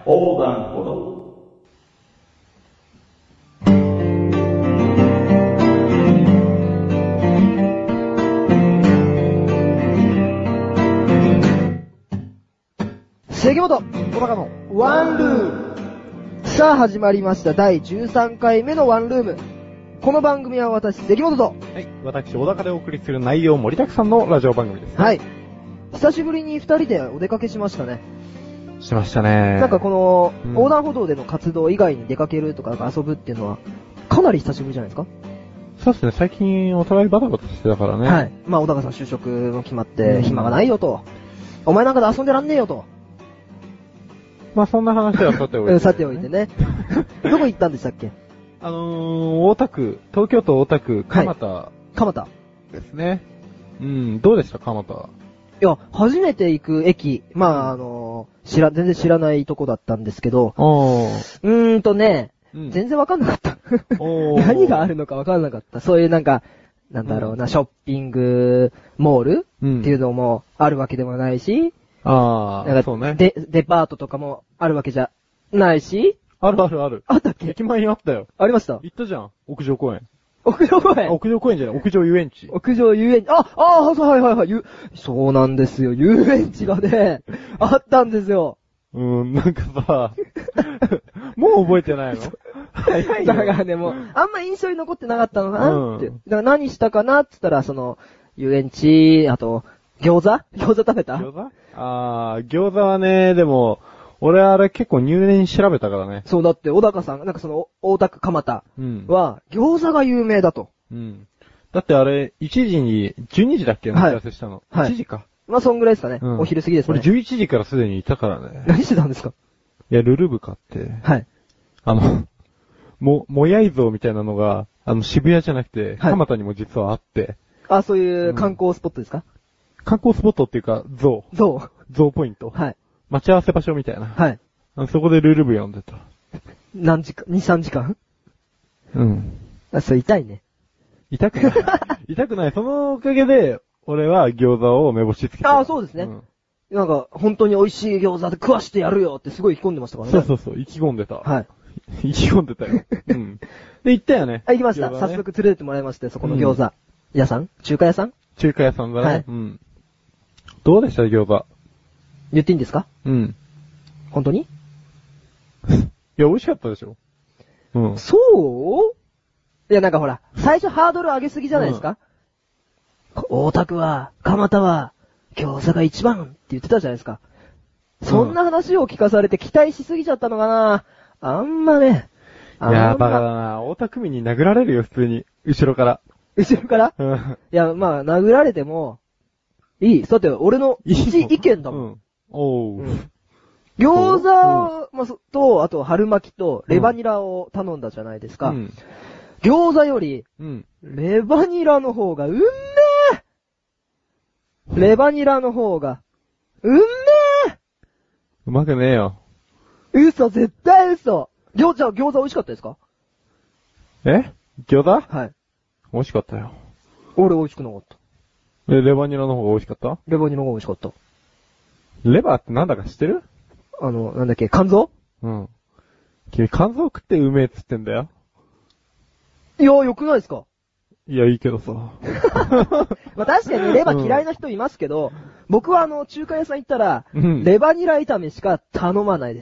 横断歩道。 関本小高のワンルーム。さあ始まりました第13回目のワンルーム。この番組は私関本と、 はい、私小高でお送りする内容盛りだくさんのラジオ番組です、ね。 はい。久しぶりに二人でお出かけしましたね。 しましたね。 なんかこの、横断歩道での活動以外に出かけるとか遊ぶっていうのは、かなり久しぶりじゃないですか？ そうですね、最近お互いバタバタしてたからね。 はい。まあ小高さん就職も決まって、暇がないよと。お前なんかで遊んでらんねえよと。 まあそんな話はさておいて、ね。 さておいてね。どこ行ったんでしたっけ？ 大田区、東京都大田区、蒲田。 はい、蒲田。 ですね。どうでした蒲田？ いや、初めて行く駅、まあ全然知らないとこだったんですけど、全然わかんなかった。何があるのかわかんなかった。そういうなんか、なんだろうな、ショッピングモールっていうのもあるわけでもないし、なんかそうね。 デパートとかもあるわけじゃないし、 ある。 あったっけ？ 駅前にあったよ。 ありました？ 行ったじゃん。屋上公園。 屋上公園？ 屋上公園じゃない、屋上遊園地。 屋上遊園地。はい。そうなんですよ。遊園地がね、あったんですよ。 なんかさ、もう覚えてないの？早いよ。 だからね、もう、あんま印象に残ってなかったのかなって。だから何したかなって言ったら、遊園地、あと、餃子食べた？ 餃子はね、でも、俺あれ結構入念に調べたからね。 そう、だって、小高さん、大田区蒲田は、餃子が有名だと。 だってあれ、1時に、12時だっけ？待ち合わせしたの。 はい。 1時か。 まあ、そんぐらいですかね。お昼過ぎですね。 俺11時からすでにいたからね。 何してたんですか？ いや、ルルブ買って。 はい。 もやい像みたいなのが、渋谷じゃなくて、蒲田にも実はあって。 あ、そういう観光スポットですか？ 観光スポットっていうか、像ポイント。 はい。 待ち合わせ場所みたいな。 はい。 そこでルルブ読んでた。 何時間 ?2、3時間？それ痛いね。 痛くない。そのおかげで、俺は餃子を目星つけた。 そうですね。なんか、本当に美味しい餃子で食わしてやるよってすごい意気込んでましたからね。 そう、意気込んでた。 はい。 意気込んでたよ。で、行ったよね。 行きました。早速連れてってもらいまして、そこの餃子。屋さん？中華屋さん？ 中華屋さんだね。 はい。 どうでした餃子？ 言っていいんですか？本当に？いや、美味しかったでしょ？ そう？いや、なんかほら、最初ハードル上げすぎじゃないですか？大田区は、蒲田は、餃子が一番って言ってたじゃないですか。そんな話を聞かされて期待しすぎちゃったのかな？あんまね。 いや、バカだな。大田区民に殴られるよ、普通に。後ろから。 後ろから？いや、まあ、殴られても、いい。だって、俺の一意見だもん。餃子と、あと、春巻きと、レバニラを頼んだじゃないですか。餃子より、レバニラの方が、レバニラの方が、うまくねえよ。 嘘、絶対嘘。餃子美味しかったですか？ 餃子？ はい。 美味しかったよ。 俺美味しくなかった。 レバニラの方が美味しかった？ レバニラの方が美味しかった。 レバーってなんだか知ってる？ なんだっけ、肝臓？ 君肝臓食ってうめえっつってんだよ。 いや、良くないですか？ いや、いいけどさ。 まあ確かにレバ嫌いな人いますけど、僕は中華屋さん行ったら、レバニラ炒めしか頼まないです。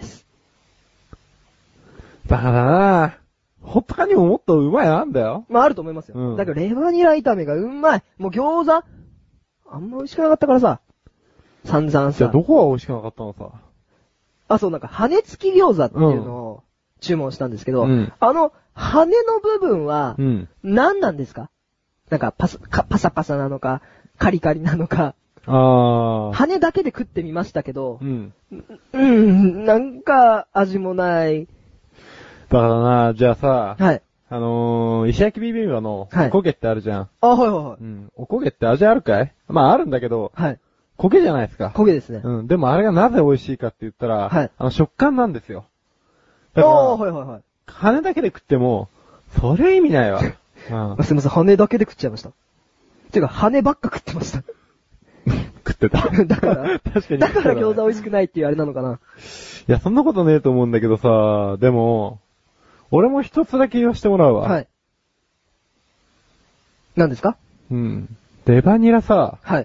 だからな他にももっとうまいのあんだよ。 まああると思いますよ。だけどレバニラ炒めがうまい。もう餃子、あんま美味しくなかったからさ。散々さ。 じゃあどこが美味しくなかったのさ。 そう、なんか羽付き餃子っていうのを注文したんですけど、羽の部分は、何なんですか？なんかパサパサなのか、カリカリなのか。羽だけで食ってみましたけど、なんか味もない。 だからな、じゃあさ、 はい。 石焼きビビンバのおこげってあるじゃん。 はい。 おこげって味あるかい？まああるんだけど、 はい。 焦げじゃないですか。 焦げですね。 でもあれがなぜ美味しいかって言ったら、 はい。 食感なんですよ。だから、 はい。 羽だけで食っても、それ意味ないわ。 すいません、羽だけで食っちゃいました。てか、羽ばっか食ってました。 食ってた。 だから確かに。 だから餃子美味しくないっていうあれなのかな。 いや、そんなことねえと思うんだけどさ、でも、俺も一つだけ言わせてもらうわ。 はい。何ですか？ うん。レバニラさ、 はい。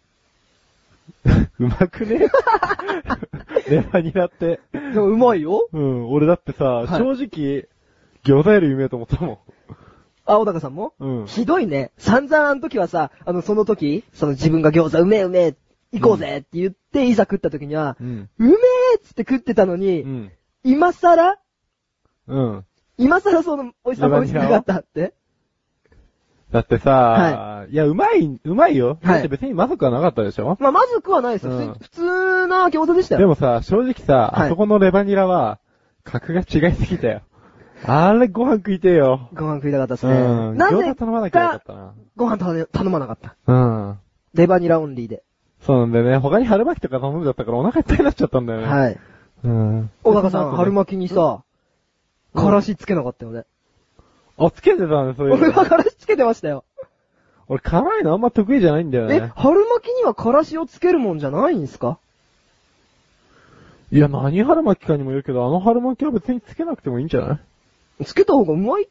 うまくねレバニラって。 でもうまいよ。 うん、俺だってさ、 はい正直、餃子よりうめえと思ったもん。 あ、小高さんも？ うん。 ひどいね。散々あの時はさ、その時、自分が餃子うめえうめえ、行こうぜって言って、いざ食った時には、うめえっつって食ってたのに、今更今更その美味しさが美味しくなかったって？ だってさ、いや、うまいよ。だって別にまずくはなかったでしょ？ まずくはないですよ。普通な餃子でしたよ。 でもさ、正直さ、あそこのレバニラは、格が違いすぎたよ。あれご飯食いてえよ。 ご飯食いたかったっすね。 なぜか頼まなきゃよかったな。 ご飯頼まなかった。レバニラオンリーで。 そうなんだよね。他に春巻きとか頼んじゃったからお腹いっぱいになっちゃったんだよね。 はい。小高さん、春巻きにさ、からしつけなかったよね。 あ、つけてたね、そういうの。 俺はからしつけてましたよ。 俺辛いのあんま得意じゃないんだよね。 春巻きにはからしをつけるもんじゃないんすか？ いや、何春巻きかにもよるけど、あの春巻きは別につけなくてもいいんじゃない？ つけた方がうまいって。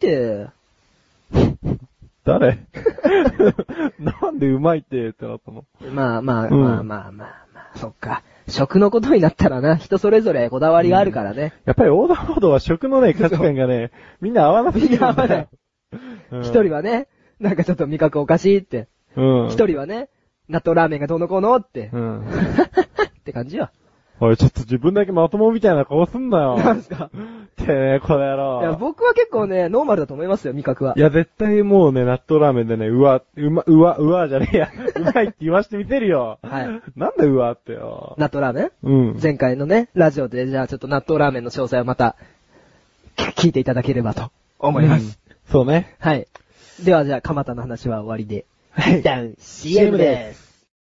誰なんでうまいってなったの？ まあ、そっか。食のことになったらな、人それぞれこだわりがあるからね。 やっぱり横断歩道は食のね、価値観がね、みんな合わなすぎるんだよ。 合わない。一人はね、なんかちょっと味覚おかしいって。一人はね、納豆ラーメンがどうのこうのって。って感じよ。 おい、ちょっと自分だけまともみたいな顔すんなよ。 なんすか？ てめえ、この野郎。 いや、僕は結構ね、ノーマルだと思いますよ、味覚は。 いや、絶対もうね、納豆ラーメンでね、うわじゃねえや。うまいって言わしてみせるよ。 はい。 なんでうわってよ。 納豆ラーメン？前回のね、ラジオで、じゃあちょっと納豆ラーメンの詳細をまた、聞いていただければと思います。 そうね。 はい。ではじゃあ、蒲田の話は終わりで。 はい。 一旦 CM です。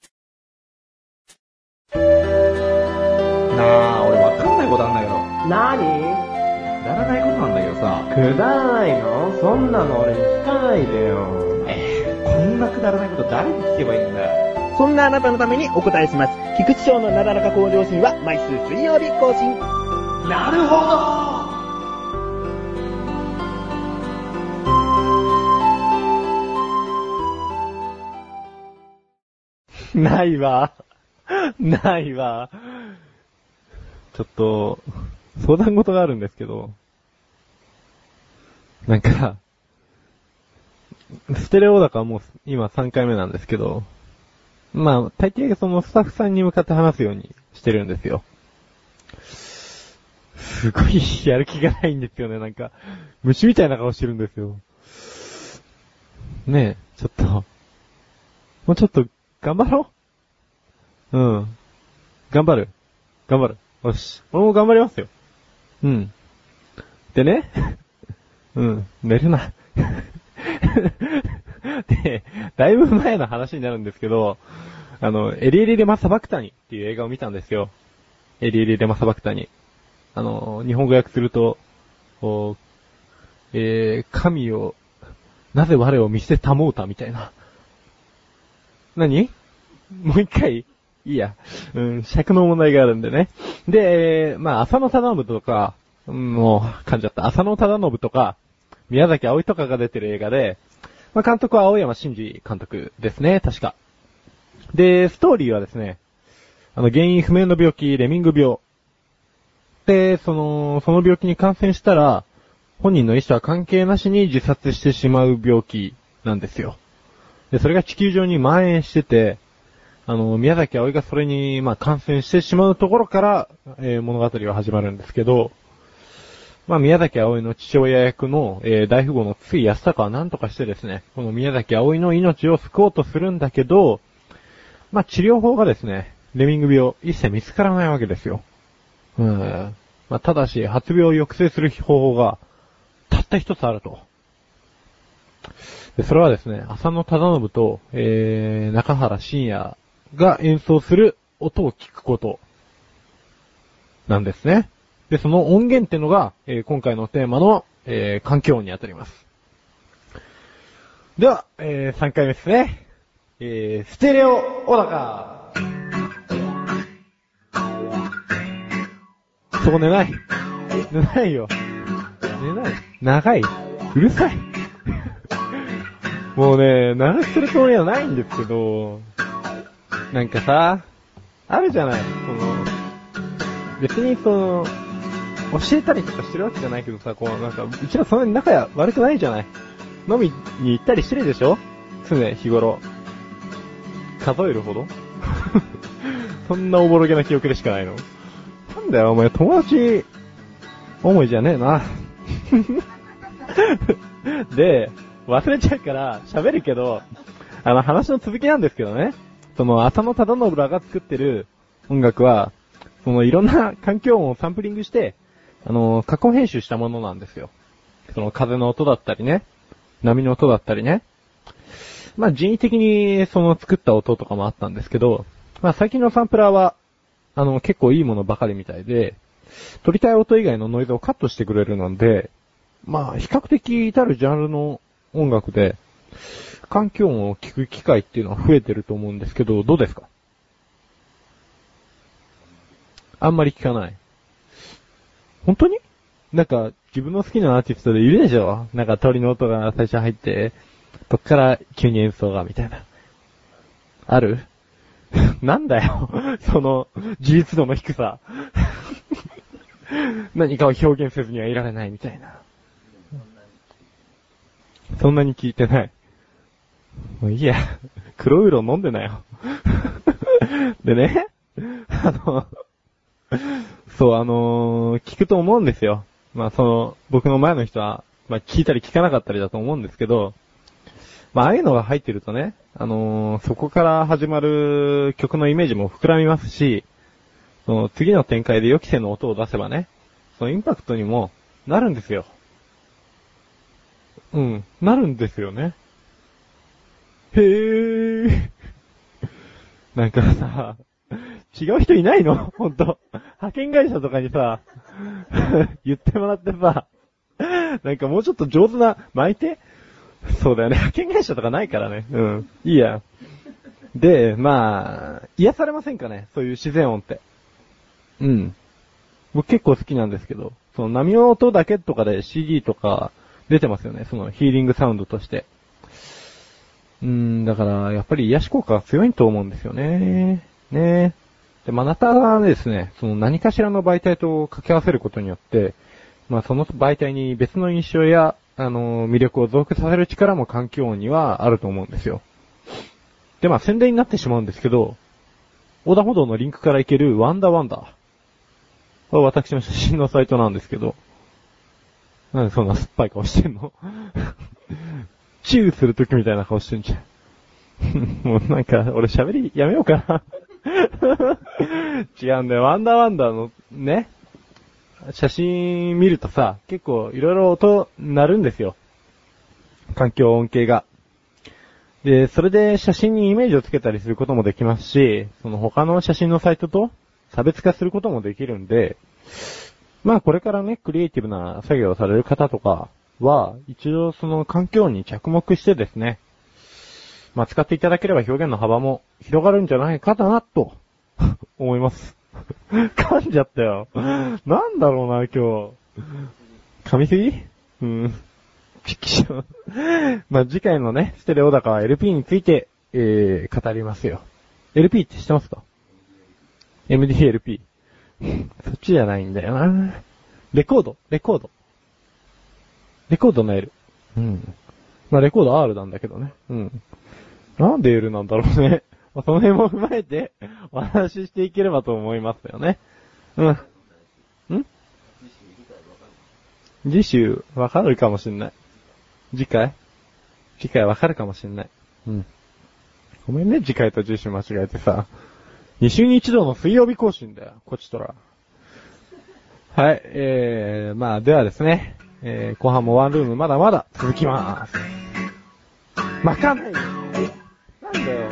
俺わかんないことあんだけど。 なに？ くだらないことなんだけどさ。 くだらないの？そんなの俺に聞かないでよ。 こんなくだらないこと誰に聞けばいいんだよ。 そんなあなたのためにお答えします。菊池翔のなだらか向上心は毎週水曜日更新。 なるほど！ ないわ。ないわ。ちょっと、相談事があるんですけど、なんか、ステレオだからもう今3回目なんですけど、まあ、大抵そのスタッフさんに向かって話すようにしてるんですよ。すごいやる気がないんですよね、なんか。虫みたいな顔してるんですよ。ねえ、ちょっと、もうちょっと、頑張ろう。頑張る。よし。俺も頑張りますよ。でね。寝るな。で、だいぶ前の話になるんですけど、エリエリレマサバクタニっていう映画を見たんですよ。エリエリレマサバクタニ。日本語訳すると、神を、なぜ我を見捨てたもうたみたいな。何？もう一回いいや。尺の問題があるんでね。で、まあ、浅野忠信とか、もう、噛んじゃった。浅野忠信とか、宮崎葵とかが出てる映画で、まあ、監督は青山真司監督ですね、確か。で、ストーリーはですね、原因不明の病気、レミング病。で、その病気に感染したら、本人の意思は関係なしに自殺してしまう病気なんですよ。で、それが地球上に蔓延してて、宮崎葵がそれに、まあ、感染してしまうところから、物語は始まるんですけど、まあ、宮崎葵の父親役の、大富豪の津井康隆は何とかしてですね、この宮崎葵の命を救おうとするんだけど、まあ、治療法がですね、レミング病、一切見つからないわけですよ。まあ、ただし、発病を抑制する方法が、たった一つあると。で、それはですね、浅野忠信と、中原信也が演奏する音を聞くこと、なんですね。で、その音源ってのが、今回のテーマの、環境音にあたります。では、3回目ですね。 ステレオ小高。そこ寝ない。寝ないよ。寝ない。長い。うるさい。もうね、長くするつもりはないんですけど、なんかさ、あるじゃない。別に教えたりとかしてるわけじゃないけどさ、なんか、うちらそんなに仲悪くないじゃない。飲みに行ったりしてるでしょ？常日頃。数えるほどそんなおぼろげな記憶でしかないの？なんだよ、お前友達思いじゃねえな。で、忘れちゃうから喋るけど、話の続きなんですけどね。浅野忠信らが作ってる音楽は、いろんな環境音をサンプリングして、加工編集したものなんですよ。風の音だったりね、波の音だったりね。まあ、人為的に作った音とかもあったんですけど、まあ、最近のサンプラーは、結構いいものばかりみたいで、撮りたい音以外のノイズをカットしてくれるので、まあ、比較的至るジャンルの音楽で、環境音を聞く機会っていうのは増えてると思うんですけど、どうですか？あんまり聞かない。本当に？なんか、自分の好きなアーティストでいるでしょ？なんか鳥の音が最初入って、そっから急に演奏がみたいな。ある？なんだよ。自立度の低さ。何かを表現せずにはいられないみたいな。そんなに聞いてない。もういいや。黒ウーロン飲んでなよ。でね、聞くと思うんですよ。まあ僕の前の人は、まあ聞いたり聞かなかったりだと思うんですけど、まあああいうのが入ってるとね、そこから始まる曲のイメージも膨らみますし、次の展開で予期せぬ音を出せばね、インパクトにもなるんですよ。うん、なるんですよね。へー。なんかさ、違う人いないの？ほんと。派遣会社とかにさ、言ってもらってさ、なんかもうちょっと上手な、巻いて？そうだよね。派遣会社とかないからね。うん。いいや。で、まあ、癒されませんかね？そういう自然音って。うん。僕結構好きなんですけど、波の音だけとかで CD とか出てますよね。ヒーリングサウンドとして。だから、やっぱり癒し効果が強いと思うんですよね。ね。で、またはですね、何かしらの媒体と掛け合わせることによって、まあその媒体に別の印象や、魅力を増幅させる力も環境音にはあると思うんですよ。で、まあ宣伝になってしまうんですけど、横断歩道のリンクから行けるワンダワンダー。これは私の写真のサイトなんですけど、なんでそんな酸っぱい顔してんの？チューするときみたいな顔してんじゃん。もうなんか、俺喋りやめようかな。違うんだよ。ワンダーワンダーのね、写真見るとさ、結構いろいろ音鳴るんですよ。環境音系が。で、それで写真にイメージをつけたりすることもできますし、他の写真のサイトと差別化することもできるんで、まあこれからね、クリエイティブな作業をされる方とかは、一度環境に着目してですね、まあ使っていただければ表現の幅も広がるんじゃないかなと思います。噛んじゃったよ。なんだろうな、今日。噛みすぎ？うん。ちきしょ。まあ次回のね、ステレオ高は LP について、語りますよ。LP って知ってますか？ MDLP。そっちじゃないんだよな。レコードの L。うん。まあレコード R なんだけどね。うん。なんで L なんだろうね。まあ、その辺も踏まえてお話ししていければと思いますよね。うん。次週わかるかもしんない。次回わかるかもしんない。うん。ごめんね、次回と次週間違えてさ。2週に1度の水曜日更新だよ、こちとら。はい、まあ、ではですね、後半もワンルームまだまだ続きます。巻かないよ。なんだよ。